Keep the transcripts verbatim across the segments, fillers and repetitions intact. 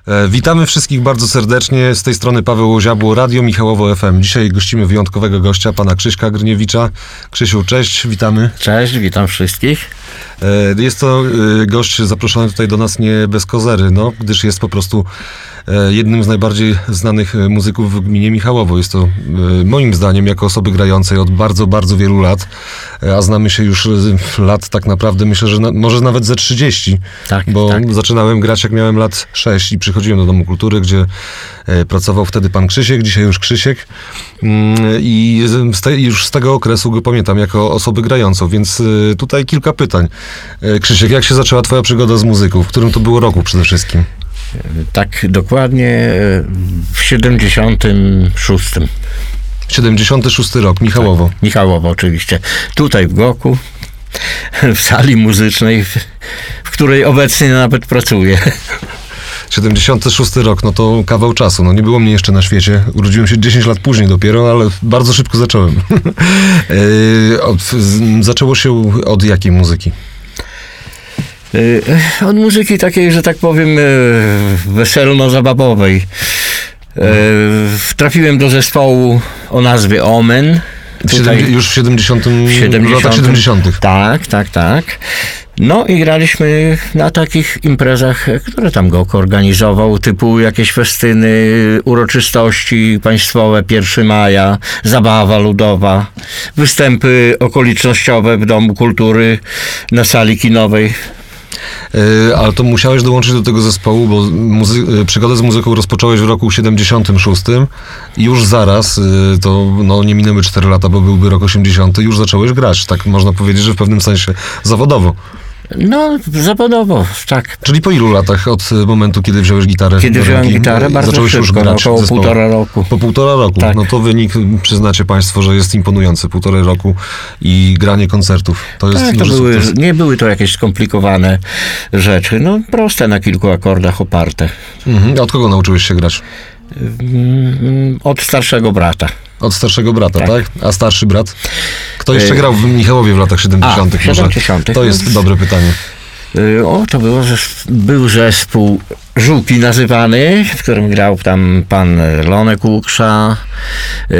E, witamy wszystkich bardzo serdecznie. Z tej strony Paweł Łoziabło, Radio Michałowo F M. Dzisiaj gościmy wyjątkowego gościa, pana Krzyśka Gryniewicza. Krzysiu, cześć, witamy. Cześć, witam wszystkich. E, jest to e, gość zaproszony tutaj do nas nie bez kozery, no, gdyż jest po prostu e, jednym z najbardziej znanych muzyków w gminie Michałowo. Jest to e, moim zdaniem jako osoby grającej od bardzo, bardzo wielu lat, e, a znamy się już e, lat tak naprawdę, myślę, że na, może nawet ze trzydzieści, Tak, bo tak. zaczynałem grać jak miałem lat sześć i przychodziłem do Domu Kultury, gdzie e, pracował wtedy pan Krzysiek, dzisiaj już Krzysiek mm, i z te, już z tego okresu go pamiętam jako osobę grającą, więc e, tutaj kilka pytań. E, Krzysiek, jak się zaczęła twoja przygoda z muzyką? W którym to było roku przede wszystkim? Tak dokładnie w siedemdziesiątym szóstym. siedemdziesiąty szósty rok, Michałowo. Tak, Michałowo oczywiście. Tutaj w Goku, w sali muzycznej, w, w której obecnie nawet pracuję. siedemdziesiąty szósty rok, no to kawał czasu. No nie było mnie jeszcze na świecie. Urodziłem się dziesięć lat później dopiero, ale bardzo szybko zacząłem. e, od, z, zaczęło się od jakiej muzyki? Od muzyki takiej, że tak powiem, weselno-zabawowej. Trafiłem do zespołu o nazwie Omen. Tutaj, już w siedemdziesiątym, w siedemdziesiątym latach siedemdziesiątych. Tak, tak, tak. No i graliśmy na takich imprezach, które tam Gok organizował, typu jakieś festyny, uroczystości państwowe, pierwszego maja, zabawa ludowa, występy okolicznościowe w Domu Kultury, na sali kinowej. Yy, ale to musiałeś dołączyć do tego zespołu, bo muzy- przygodę z muzyką rozpocząłeś w roku siedemdziesiątym szóstym i już zaraz, yy, to no, nie minęły cztery lata, bo byłby rok osiemdziesiąty, już zacząłeś grać, tak można powiedzieć, że w pewnym sensie zawodowo. No, zawodowo, tak. Czyli po ilu latach od momentu, kiedy wziąłeś gitarę? Kiedy wziąłem ręki, gitarę, bardzo zacząłeś szybko, już grać około w zespole? półtora roku. Po półtora roku. Tak. No to wynik, przyznacie państwo, że jest imponujący. Półtorej roku i granie koncertów. To jest Tak, to duży były, sukces. nie były to jakieś skomplikowane rzeczy, no proste, na kilku akordach oparte. Mhm. A od kogo nauczyłeś się grać? Od starszego brata. Od starszego brata, tak? Tak. A starszy brat? Kto jeszcze Y- grał w Michałowie w latach siedemdziesiątych? A, w siedemdziesiątych. To jest dobre pytanie. O, to było, zes- był zespół Żuki nazywany, w którym grał tam pan Lonek Łuksza, yy,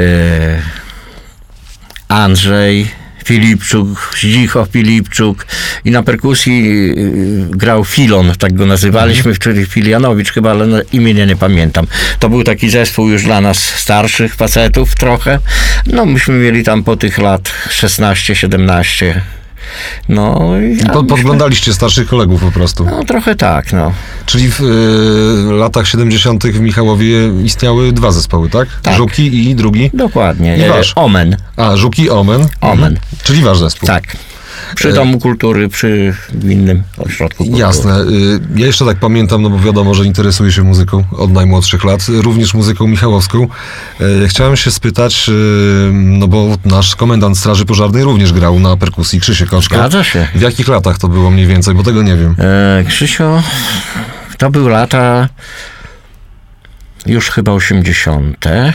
Andrzej Filipczuk, Zdzicho Filipczuk i na perkusji yy, grał Filon, tak go nazywaliśmy, Mhm. czyli Filianowicz chyba, ale no, imienia nie pamiętam. To był taki zespół już dla nas starszych facetów trochę. No myśmy mieli tam po tych lat szesnaście siedemnaście. No, i ja Po, myślę- podglądaliście starszych kolegów po prostu. No trochę tak, no. Czyli w y, latach siedemdziesiątych w Michałowie istniały dwa zespoły, tak? Tak. Żuki i drugi? Dokładnie. I E, wasz. Omen. A, Żuki, Omen. Omen. Mhm. Czyli wasz zespół. Tak. Przy Domu Kultury, przy innym ośrodku kultury. Jasne. Y, Ja jeszcze tak pamiętam, no bo wiadomo, że interesuję się muzyką od najmłodszych lat, również muzyką michałowską. Y, Chciałem się spytać, y, no bo nasz komendant Straży Pożarnej również grał na perkusji, Krzysiek Oczko. Zgadza się. W jakich latach to było mniej więcej, bo tego nie wiem. E, Krzysio, to były lata już chyba osiemdziesiąte.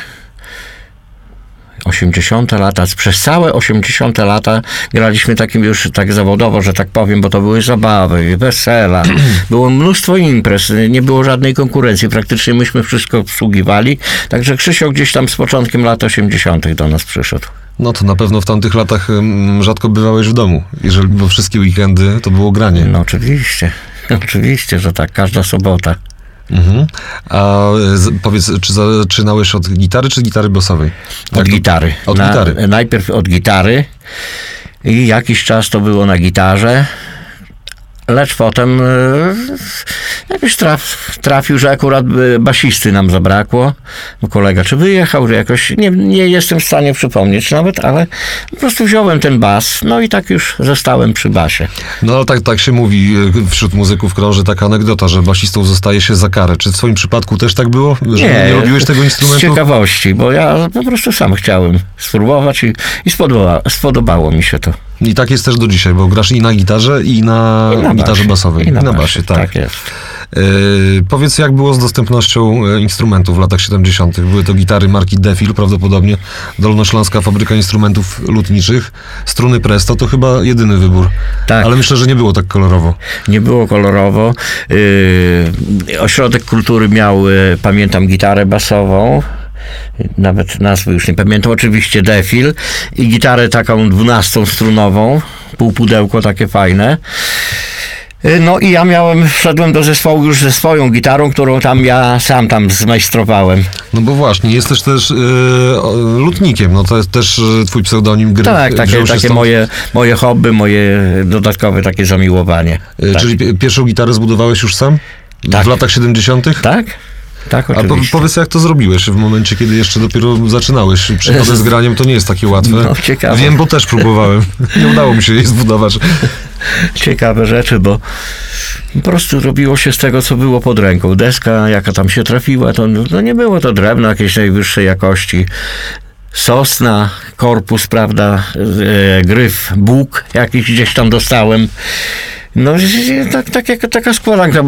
osiemdziesiąte lata, przez całe osiemdziesiąte lata graliśmy takim już tak zawodowo, że tak powiem, bo to były zabawy, wesela, było mnóstwo imprez, nie było żadnej konkurencji, praktycznie myśmy wszystko obsługiwali, także Krzysio gdzieś tam z początkiem lat osiemdziesiątych do nas przyszedł. No to na pewno w tamtych latach ym, rzadko bywałeś w domu, jeżeli, bo wszystkie weekendy to było granie. No oczywiście, oczywiście, że tak, każda sobota. Mhm. A z, powiedz, czy zaczynałeś od gitary, czy gitary basowej? Od Jak to- gitary. Od Na, gitary. Najpierw od gitary i jakiś czas to było na gitarze, lecz potem e, jakoś traf, trafił, że akurat e, basisty nam zabrakło. Bo kolega czy wyjechał, czy jakoś, nie, nie jestem w stanie przypomnieć nawet, ale po prostu wziąłem ten bas, no i tak już zostałem przy basie. No ale tak, tak się mówi, y, wśród muzyków krąży taka anegdota, że basistą zostaje się za karę. Czy w twoim przypadku też tak było? Że nie, nie lubiłeś tego z instrumentu? ciekawości, bo ja po prostu sam chciałem spróbować i, i spodoba, spodobało mi się to. I tak jest też do dzisiaj, bo grasz i na gitarze, i na, I na gitarze basie. basowej. I na basie, basie, tak. tak jest. Powiedz, jak było z dostępnością e, instrumentów w latach siedemdziesiątych? Były to gitary marki Defil, prawdopodobnie Dolnośląska Fabryka Instrumentów Lutniczych. Struny Presto to chyba jedyny wybór. Tak. Ale myślę, że nie było tak kolorowo. Nie było kolorowo. Yy, Ośrodek Kultury miał, yy, pamiętam, gitarę basową. Nawet nazwy już nie pamiętam. Oczywiście Defil. I gitarę taką dwunastostrunową. Półpudełko takie fajne. Yy, No i ja miałem, wszedłem do zespołu już ze swoją gitarą, którą tam ja sam tam zmajstrowałem. No bo właśnie, jesteś też e, o, lutnikiem, no to jest też e, twój pseudonim gry. Tak, takie, wziął się takie stąd. moje, moje hobby, moje dodatkowe takie zamiłowanie. E, Tak. Czyli pi- pierwszą gitarę zbudowałeś już sam? Tak. W latach siedemdziesiątych? Tak? Tak, A po, oczywiście. powiedz, jak to zrobiłeś w momencie, kiedy jeszcze dopiero zaczynałeś? Przygodę z graniem to nie jest takie łatwe. No, ciekawe. Wiem, bo też próbowałem. Nie udało mi się jej zbudować. Ciekawe rzeczy, bo po prostu robiło się z tego, co było pod ręką. Deska, jaka tam się trafiła, to no nie było to drewno jakiejś najwyższej jakości. Sosna, korpus, prawda, e, gryf, bóg jakiś gdzieś tam dostałem. No, tak, tak jak taka składanka.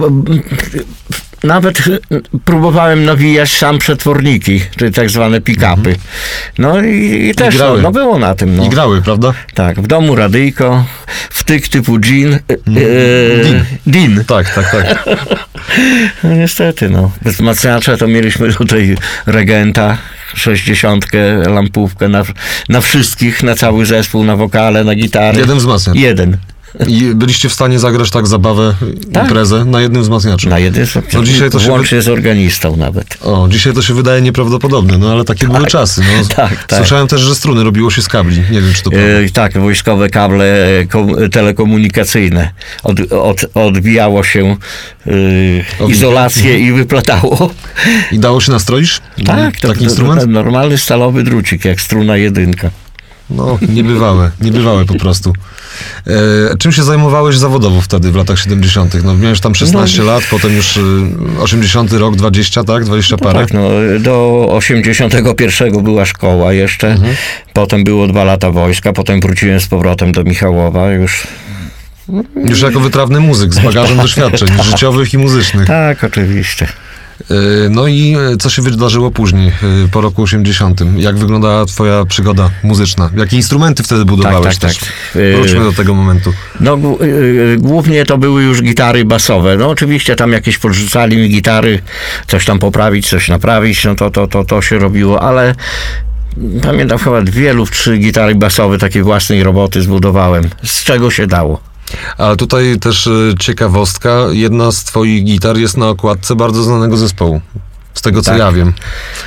Nawet próbowałem nawijać sam przetworniki, czyli tak zwane pick-upy. No i, i też, no, grały. no było na tym. No. I grały, prawda? Tak, w domu radyjko, wtyk typu Jean, e, Din. Din. Tak, tak, tak. No niestety, no. Wzmacniacze to mieliśmy tutaj Regenta, sześćdziesiątkę, lampówkę na, na wszystkich, na cały zespół, na wokale, na gitary. Jeden wzmacniacz. Jeden. I byliście w stanie zagrać tak zabawę, Tak. imprezę na jednym wzmacniaczu. Na jeden, No dzisiaj to się włącznie z organistą nawet. O, dzisiaj to się wydaje nieprawdopodobne, no ale takie były czasy. No. Tak, tak. Słyszałem też, że struny robiło się z kabli. Nie wiem, czy to prawda. E, tak, wojskowe kable e, kom, telekomunikacyjne. Od, od, odbijało się e, izolację i wyplatało. I dało się nastroić? Tak, to, Taki to, instrument? to normalny stalowy drucik, jak struna jedynka. No, niebywałe, niebywałe po prostu. E, czym się zajmowałeś zawodowo wtedy, w latach siedemdziesiątych? No, miałeś tam szesnaście No. lat, potem już y, osiemdziesiąty rok, dwadzieścia, tak? dwadzieścia No parę? tak, no, do osiemdziesiątego pierwszego była szkoła jeszcze, Mhm. potem było dwa lata wojska, potem wróciłem z powrotem do Michałowa już. Już jako wytrawny muzyk, z bagażem doświadczeń życiowych i muzycznych. Tak, oczywiście. E, no i e, co się wydarzyło później, e, po roku osiemdziesiątym? Jak wyglądała twoja przygoda muzyczna? Jakie instrumenty wtedy budowałeś tak, też? tak. Wróćmy do tego momentu. No, g- y, głównie to były już gitary basowe. No oczywiście tam jakieś podrzucali mi gitary, coś tam poprawić, coś naprawić, no to, to, to, to się robiło, ale pamiętam chyba dwie lub trzy gitary basowe takiej własnej roboty zbudowałem, z czego się dało. Ale tutaj też e, ciekawostka, jedna z twoich gitar jest na okładce bardzo znanego zespołu. Z tego, co Tak. ja wiem.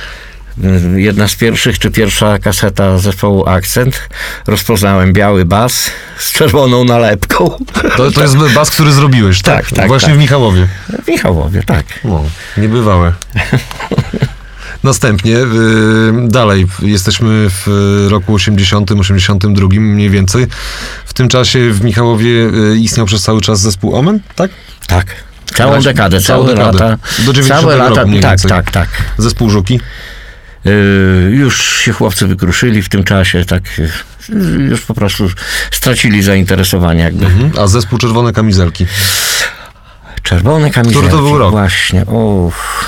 Y, Jedna z pierwszych, czy pierwsza kaseta zespołu Akcent. Rozpoznałem biały bas z czerwoną nalepką. To, to jest bas, który zrobiłeś, tak? Tak, tak, Właśnie tak. w Michałowie. W Michałowie, tak. O, niebywałe. Następnie, y, dalej, jesteśmy w roku osiemdziesiątym, osiemdziesiątym drugim mniej więcej. W tym czasie w Michałowie y, istniał przez cały czas zespół Omen, tak? Tak. Całą Grać- dekadę, całą całe dekadę. lata. Do dziewięćdziesiątego Całe lata, roku mniej tak, więcej. tak, tak. Zespół Żuki. Yy, już się chłopcy wykruszyli w tym czasie, tak yy, już po prostu stracili zainteresowanie jakby. Mhm. A zespół Czerwone Kamizelki. Czerwone kamizelki. Który to był rok? Właśnie, uff.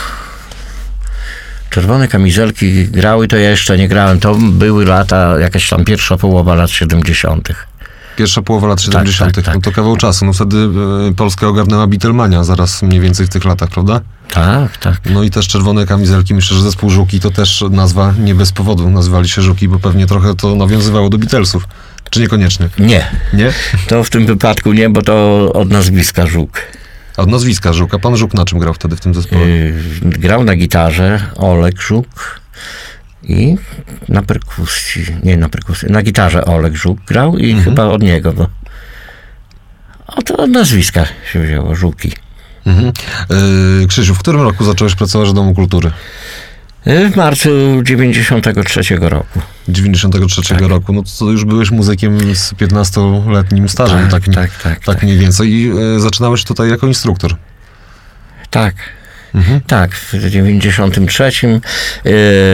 Czerwone kamizelki grały, to ja jeszcze nie grałem. To były lata, jakaś tam pierwsza połowa lat siedemdziesiątych. Pierwsza połowa lat siedemdziesiątych. tak, No to kawał czasu. No wtedy y, Polskę ogarnęła Beatlemania zaraz mniej więcej w tych latach, prawda? Tak, tak. No i też Czerwone Kamizelki. Myślę, że zespół Żuki to też nazwa nie bez powodu. Nazywali się Żuki, bo pewnie trochę to nawiązywało do Beatlesów. Czy niekoniecznie? Nie, Nie? to w tym wypadku nie, bo to od nazwiska Żuk. A od nazwiska Żuk. A pan Żuk na czym grał wtedy w tym zespole? Yy, grał na gitarze Olek Żuk i na perkusji, nie na perkusji, na gitarze Olek Żuk grał i Mhm. chyba od niego, bo od, od nazwiska się wzięło, Żuki. Mhm. Yy, Krzysiu, w którym roku zacząłeś pracować w Domu Kultury? Yy, W marcu dziewięćdziesiątego trzeciego roku. dziewięćdziesiątego trzeciego Tak. roku. No to już byłeś muzykiem z piętnastoletnim stażem. Tak, tak, tak, tak, tak mniej więcej. I yy, zaczynałeś tutaj jako instruktor. Tak. Mhm. Tak, w dziewięćdziesiątym trzecim yy,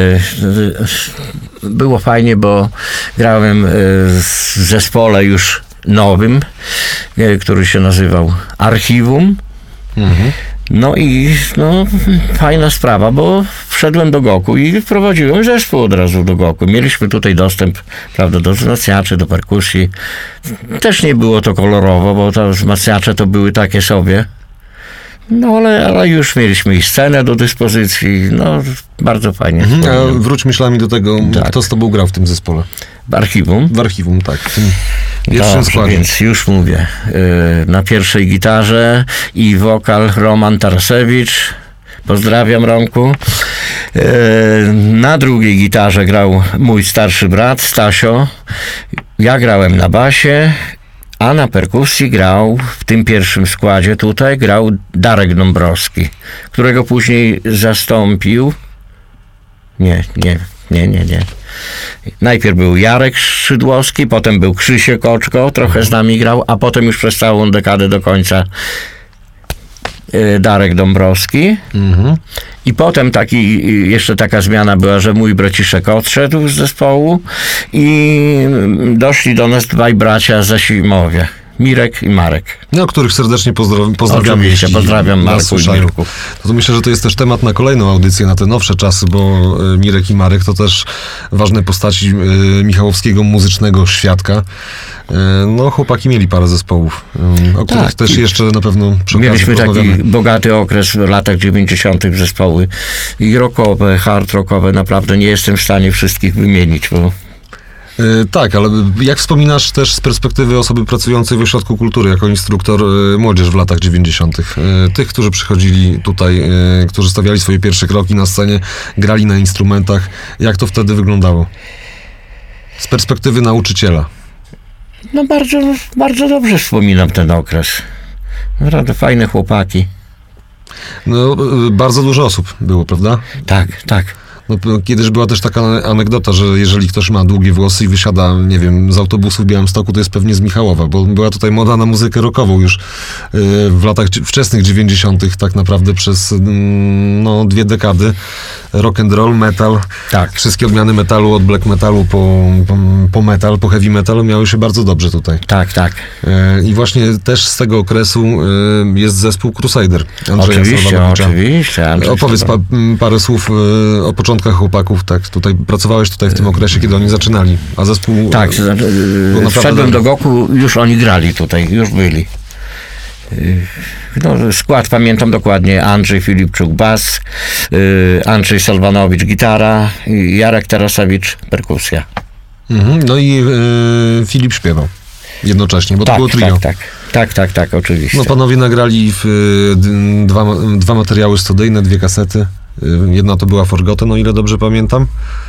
było fajnie, bo grałem yy, w zespole już nowym, yy, który się nazywał Archiwum. Mhm. No i no, fajna sprawa, bo wszedłem do Goku i wprowadziłem zespół od razu do Goku. Mieliśmy tutaj dostęp, prawda, do wzmacniaczy, do perkusji. Też nie było to kolorowo, bo te wzmacniacze to były takie sobie. No ale, ale już mieliśmy i scenę do dyspozycji, no bardzo fajnie. Mhm, a wróć myślami do tego, Tak. kto z tobą grał w tym zespole? W archiwum. W archiwum, tak. W tym pierwszym Dobrze, składzie. więc już mówię. Yy, na pierwszej gitarze i wokal Roman Tarasewicz. Pozdrawiam, Romku. Yy, na drugiej gitarze grał mój starszy brat Stasio. Ja grałem na basie, a na perkusji grał w tym pierwszym składzie tutaj grał Darek Dąbrowski, którego później zastąpił. Nie, nie, nie, nie, nie. Najpierw był Jarek Szydłowski, potem był Krzysiek Oczko, trochę z nami grał, a potem już przez całą dekadę do końca y, Darek Dąbrowski. Mhm. I potem taki, jeszcze taka zmiana była, że mój braciszek odszedł z zespołu i doszli do nas dwaj bracia z Zasimowie. Mirek i Marek. No, których serdecznie pozdro- pozdrawiamy. Oczywiście, jeśli pozdrawiam nas Marku i słuchają. Mirku. No to myślę, że to jest też temat na kolejną audycję, na te nowsze czasy, bo e, Mirek i Marek to też ważne postaci e, michałowskiego muzycznego świadka. E, no, chłopaki mieli parę zespołów, e, o których Tak, też i- jeszcze na pewno przy okazji Mieliśmy taki porozmawiamy. bogaty okres w latach dziewięćdziesiątych zespoły i rockowe, hard rockowe, naprawdę nie jestem w stanie wszystkich wymienić, bo E, Tak, ale jak wspominasz też z perspektywy osoby pracującej w Ośrodku Kultury jako instruktor e, młodzież w latach dziewięćdziesiątych. E, Tych, którzy przychodzili tutaj, e, którzy stawiali swoje pierwsze kroki na scenie, grali na instrumentach. Jak to wtedy wyglądało? Z perspektywy nauczyciela. no bardzo, bardzo dobrze wspominam ten okres. Naprawdę fajne chłopaki. No, e, bardzo dużo osób było, prawda? Tak, tak. No, p- kiedyś była też taka anegdota, że jeżeli ktoś ma długie włosy i wysiada, nie wiem, z autobusu w Białymstoku, to jest pewnie z Michałowa, bo była tutaj moda na muzykę rockową już yy, w latach dzie- wczesnych dziewięćdziesiątych, tak naprawdę przez mm, no, dwie dekady. Rock and roll, metal, Tak. wszystkie odmiany metalu, od black metalu po, po, po metal, po heavy metal miały się bardzo dobrze tutaj. Tak, tak. Yy, I właśnie też z tego okresu yy, jest zespół Crusader Andrzeja Oczywiście, Salwanowicza. oczywiście. Andrzej Opowiedz pa, Salwan- m, parę słów y, o początkach chłopaków, tak, tutaj pracowałeś tutaj w tym okresie, kiedy oni zaczynali, a zespół... Tak, y, to znaczy, był yy, naprawdę wszedłem do dobry. Goku, już oni grali tutaj, już byli. Yy, No, skład pamiętam dokładnie. Andrzej Filipczuk bas, yy, Andrzej Salwanowicz gitara, i Jarek Tarasewicz perkusja. Mhm, no i y, Filip śpiewał jednocześnie, bo to Tak, było trio. tak, tak, tak, tak, tak, oczywiście. No panowie nagrali w, y, d- dwa, dwa materiały studyjne, dwie kasety. Y, Jedna to była Forgotten, o ile dobrze pamiętam.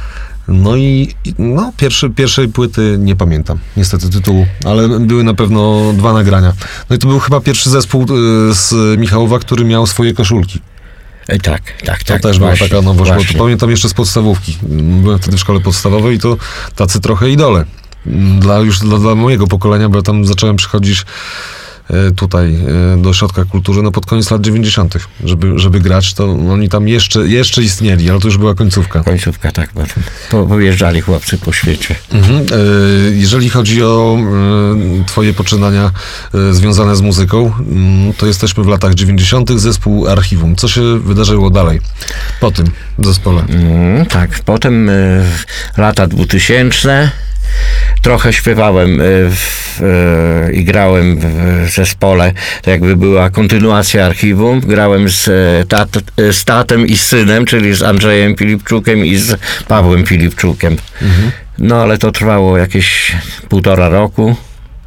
No i i- no, pierwszy, pierwszej płyty nie pamiętam, niestety tytułu, ale były na pewno dwa nagrania. No i to był chyba pierwszy zespół y, z Michałowa, który miał swoje koszulki. E, tak, tak, To tak. też była właśnie, taka nowość, bo właśnie. to pamiętam jeszcze z podstawówki. Byłem wtedy w szkole podstawowej i to tacy trochę idole. Dla, już dla, dla mojego pokolenia, bo ja tam zacząłem przychodzić e, tutaj e, do Ośrodka Kultury no pod koniec lat dziewięćdziesiątych, żeby, żeby grać, to oni tam jeszcze, jeszcze istnieli, ale to już była końcówka. Końcówka, tak, bo po, pojeżdżali chłopcy po świecie. Mhm. E, Jeżeli chodzi o e, twoje poczynania e, związane z muzyką, mm, to jesteśmy w latach dziewięćdziesiątych, zespół Archiwum. Co się wydarzyło dalej po tym zespole? Mm, tak, potem y, lata dwutysięczne. Trochę śpiewałem y, w, y, i grałem w zespole, to jakby była kontynuacja archiwum. Grałem z, y, tat, y, z tatem i z synem, czyli z Andrzejem Filipczukiem i z Pawłem Filipczukiem. No ale to trwało jakieś półtora roku.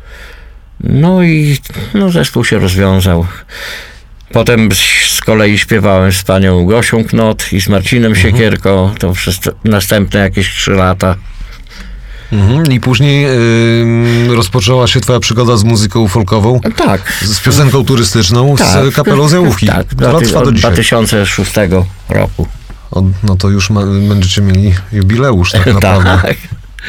No i no, zespół się rozwiązał. Potem z kolei śpiewałem z panią Gosią Knot i z Marcinem Siekierko. To przez następne jakieś trzy lata. Mhm. I później y, rozpoczęła się twoja przygoda z muzyką folkową, Tak. z piosenką turystyczną, z kapelą Zjałówki, Tak, która do, trwa do od dzisiaj. dwa tysiące szóstego roku. O, no to już ma, będziecie mieli jubileusz tak naprawdę. Tak.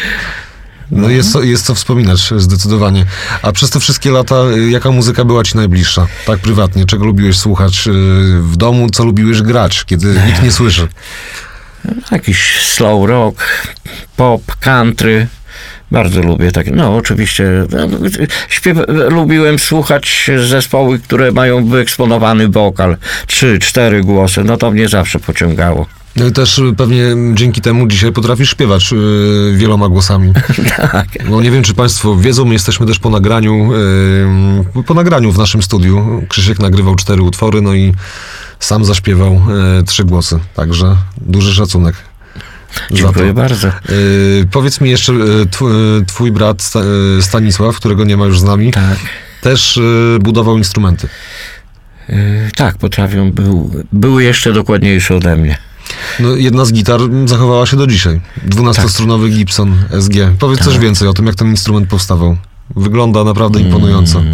No jest co, jest co wspominać, zdecydowanie. A przez te wszystkie lata, y, jaka muzyka była ci najbliższa? Tak prywatnie, czego lubiłeś słuchać y, w domu, co lubiłeś grać, kiedy nikt nie słyszy? Jakiś slow rock, pop, country. Bardzo lubię takie, no oczywiście, no, śpiew, lubiłem słuchać zespoły, które mają wyeksponowany wokal, trzy, cztery głosy, no to mnie zawsze pociągało. No i też pewnie dzięki temu dzisiaj potrafisz śpiewać yy, wieloma głosami. Tak. No nie wiem, czy państwo wiedzą, my jesteśmy też po nagraniu, yy, po nagraniu w naszym studiu. Krzysiek nagrywał cztery utwory, no i sam zaśpiewał yy, trzy głosy, także duży szacunek. Dziękuję bardzo. Yy, powiedz mi jeszcze, yy, twój, twój brat Sta, yy, Stanisław, którego nie ma już z nami, Tak. też yy, budował instrumenty. Yy, tak, potrafią, był, był jeszcze dokładniejszy ode mnie. No, jedna z gitar zachowała się do dzisiaj. dwunastostrunowy Gibson S G. Powiedz Tak. coś więcej o tym, jak ten instrument powstawał. Wygląda naprawdę imponująco. Mm,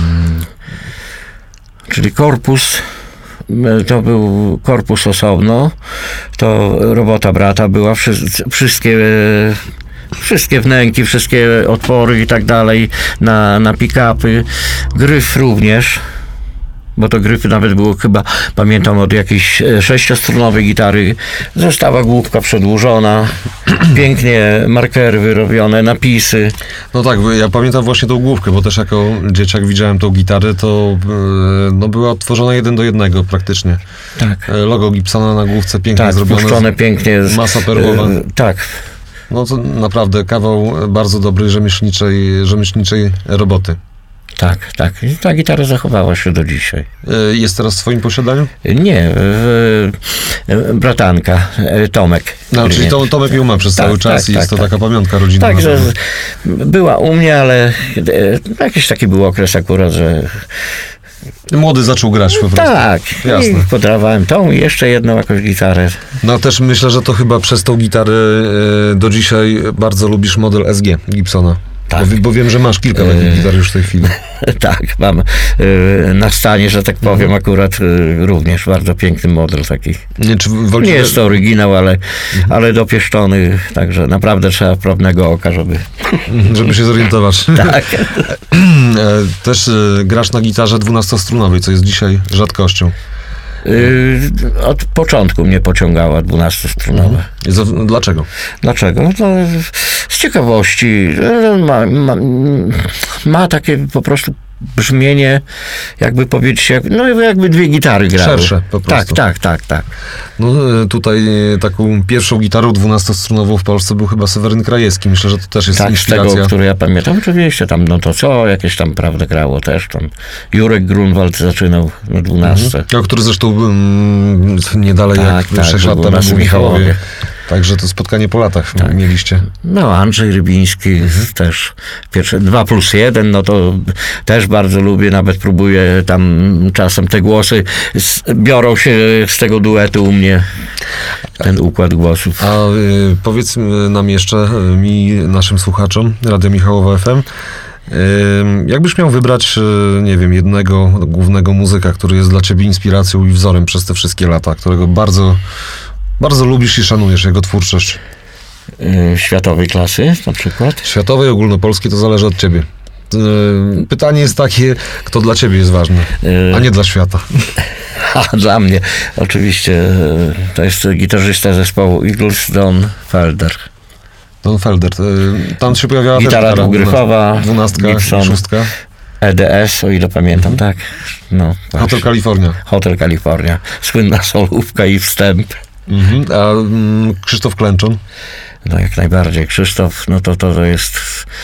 czyli korpus, to był korpus osobno, to robota brata była, wszy- wszystkie, wszystkie wnęki, wszystkie otwory i tak dalej na, na pick-upy, gryf również. Bo to gryfy nawet było chyba, pamiętam, od jakiejś sześciostrunowej gitary. Została główka przedłużona, pięknie markery wyrobione, napisy. No tak, ja pamiętam właśnie tą główkę, bo też jako dzieciak widziałem tą gitarę, to e, no, była odtworzona jeden do jednego praktycznie. Tak, E, Logo Gibsona na główce pięknie tak, zrobione. spuszczone pięknie. Z, Masa perłowa. e, tak, No to naprawdę kawał bardzo dobrej rzemieślniczej, rzemieślniczej roboty. tak, tak. I ta gitara zachowała się do dzisiaj. E, Jest teraz w twoim posiadaniu? Nie, e, e, bratanka, e, Tomek. No, który czyli mnie- to, Tomek ją ma przez Tak, cały czas tak, i jest tak, to tak. taka pamiątka rodzinna. Tak, na że pewno. była u mnie, ale e, jakiś taki był okres akurat, że Młody zaczął grać po prostu. tak, Jasne. i podawałem tą i jeszcze jedną jakąś gitarę. No też myślę, że to chyba przez tą gitarę e, do dzisiaj bardzo lubisz model S G Gibsona. Tak. Bo, bo wiem, że masz kilka takich gitar już w tej chwili. Tak, mam y, na stanie, że tak powiem, akurat y, również bardzo piękny model taki. Nie, czy Nie wolisz, jest to oryginał, ale, ale dopieszczony, także naprawdę trzeba prawnego oka, żeby... żeby się zorientować. Tak, E, Też e, grasz na gitarze dwunastostrunowej, co jest dzisiaj rzadkością. y, od początku mnie pociągała dwunastostrunowa. Z- Dlaczego? Dlaczego? No to z ciekawości. Ma, ma, ma takie po prostu brzmienie, jakby powiedzieć, jak, no jakby dwie gitary grały. Szersze po prostu. Tak, tak, tak, tak. No e, tutaj e, taką pierwszą gitarą dwunastostrunową w Polsce był chyba Seweryn Krajewski. Myślę, że to też jest Tak, z inspiracja. tego, który ja pamiętam. Oczywiście tam, no to co, jakieś tam, prawda, grało też tam. Jurek Grunwald zaczynał na dwunastce. O, który zresztą mm, nie dalej Tak, jak tak, sześć był lat u temu nas był w w Michałowie. Michałowie. Także to spotkanie po latach Tak. mieliście. No, Andrzej Rybiński Mhm. też pierwsze dwa plus jeden, no to też bardzo lubię, nawet próbuję tam czasem te głosy, z, biorą się z tego duetu u mnie, ten układ głosów. A y, powiedz y, nam jeszcze, y, mi, naszym słuchaczom Radia Michałowa F M, y, jakbyś miał wybrać, y, nie wiem, jednego głównego muzyka, który jest dla ciebie inspiracją i wzorem przez te wszystkie lata, którego bardzo, bardzo lubisz i szanujesz, jego twórczość. Yy, światowej klasy na przykład. Światowej, ogólnopolskiej, to zależy od ciebie. Y, Pytanie jest takie, kto dla ciebie jest ważny, a nie dla świata. A dla mnie oczywiście yy, to jest gitarzysta zespołu Eagles, Don Felder. Don Felder, y, tam się pojawiała Gitara też dwugryfowa, dwunastka, Gibson. szóstka. E D S, o ile pamiętam, tak. No, Hotel właśnie. California. Hotel California. Słynna solówka i wstęp. Mhm. A mm, Krzysztof Klęczon? No jak najbardziej. Krzysztof, no to to, to jest...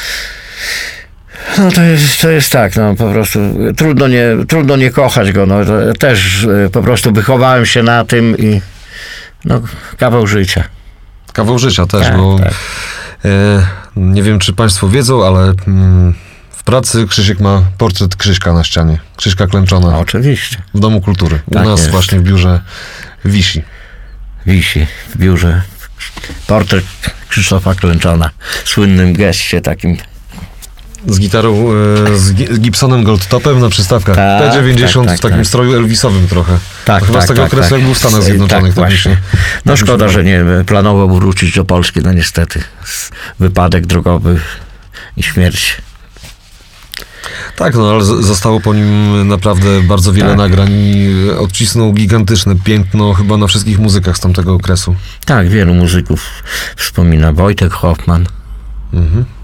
No to jest, to jest tak, no po prostu trudno nie, trudno nie kochać go. No, to też e, po prostu wychowałem się na tym i no kawał życia. Kawał życia też, Tak, bo tak. e, nie wiem, czy państwo wiedzą, ale mm, w pracy Krzysiek ma portret Krzyśka na ścianie. Krzyśka Klęczona No, oczywiście. w Domu Kultury. U Tak nas jest. właśnie w biurze wisi. Wisi w biurze portret Krzysztofa Klęczona. W słynnym geście takim. Z gitarą, e, z, Gi- z Gibsonem Goldtopem na przystawkach. Tak, P dziewięćdziesiąt tak, tak, w takim tak. stroju Elvisowym trochę. Tak, To chyba tak, z tego tak, okresu, tak. jak był w Stanach Zjednoczonych. Tak, tak mi się- właśnie. No tak mi się szkoda, wydaje. że nie planował wrócić do Polski, no niestety. Wypadek drogowy i śmierć. Tak, no ale z- zostało po nim naprawdę bardzo wiele Tak. nagrań i odcisnął gigantyczne piętno chyba na wszystkich muzykach z tamtego okresu. Tak, wielu muzyków wspomina. Wojtek Hoffman. Mhm.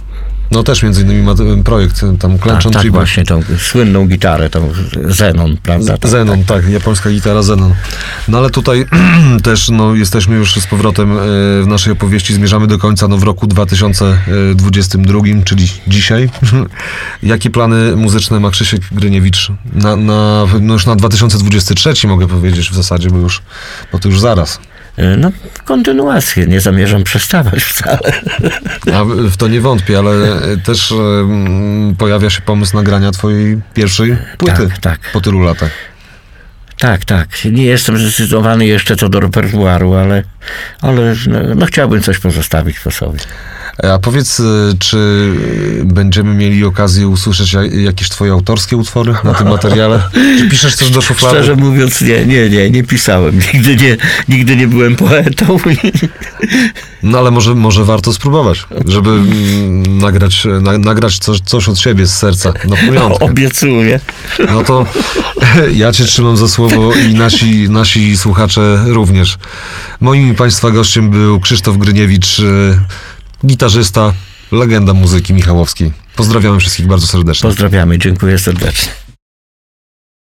No też między innymi ma ten projekt tam Klęcząc Tak, tak i właśnie, tą słynną gitarę, tą Zenon, prawda? Tak, Zenon, tak. tak, japońska gitara Zenon. No ale tutaj też no, jesteśmy już z powrotem e, w naszej opowieści, zmierzamy do końca, no w roku dwa tysiące dwudziestym drugim, czyli dzisiaj. Jakie plany muzyczne ma Krzysiek Gryniewicz na, na, no już na dwa tysiące dwudziesty trzeci, mogę powiedzieć w zasadzie, bo już, bo to już zaraz. No, kontynuację, nie zamierzam przestawać wcale. A w to nie wątpię, ale też um, pojawia się pomysł nagrania twojej pierwszej płyty Tak, tak. po tylu latach. Tak, tak. Nie jestem zdecydowany jeszcze co do repertuaru, ale, ale no, no chciałbym coś pozostawić po sobie. A powiedz, czy będziemy mieli okazję usłyszeć jakieś twoje autorskie utwory na tym materiale? Czy piszesz coś do szuflady? Szczerze mówiąc, nie, nie, nie, nie pisałem. Nigdy nie, nigdy nie byłem poetą. No ale może, może warto spróbować, żeby mm, nagrać, na, nagrać coś, coś od siebie z serca, na pamiątkę. Obiecuję. No to ja cię trzymam za słowo i nasi, nasi słuchacze również. Moim i państwa gościem był Krzysztof Gryniewicz, gitarzysta, legenda muzyki michałowskiej. Pozdrawiamy wszystkich bardzo serdecznie. Pozdrawiamy, dziękuję serdecznie.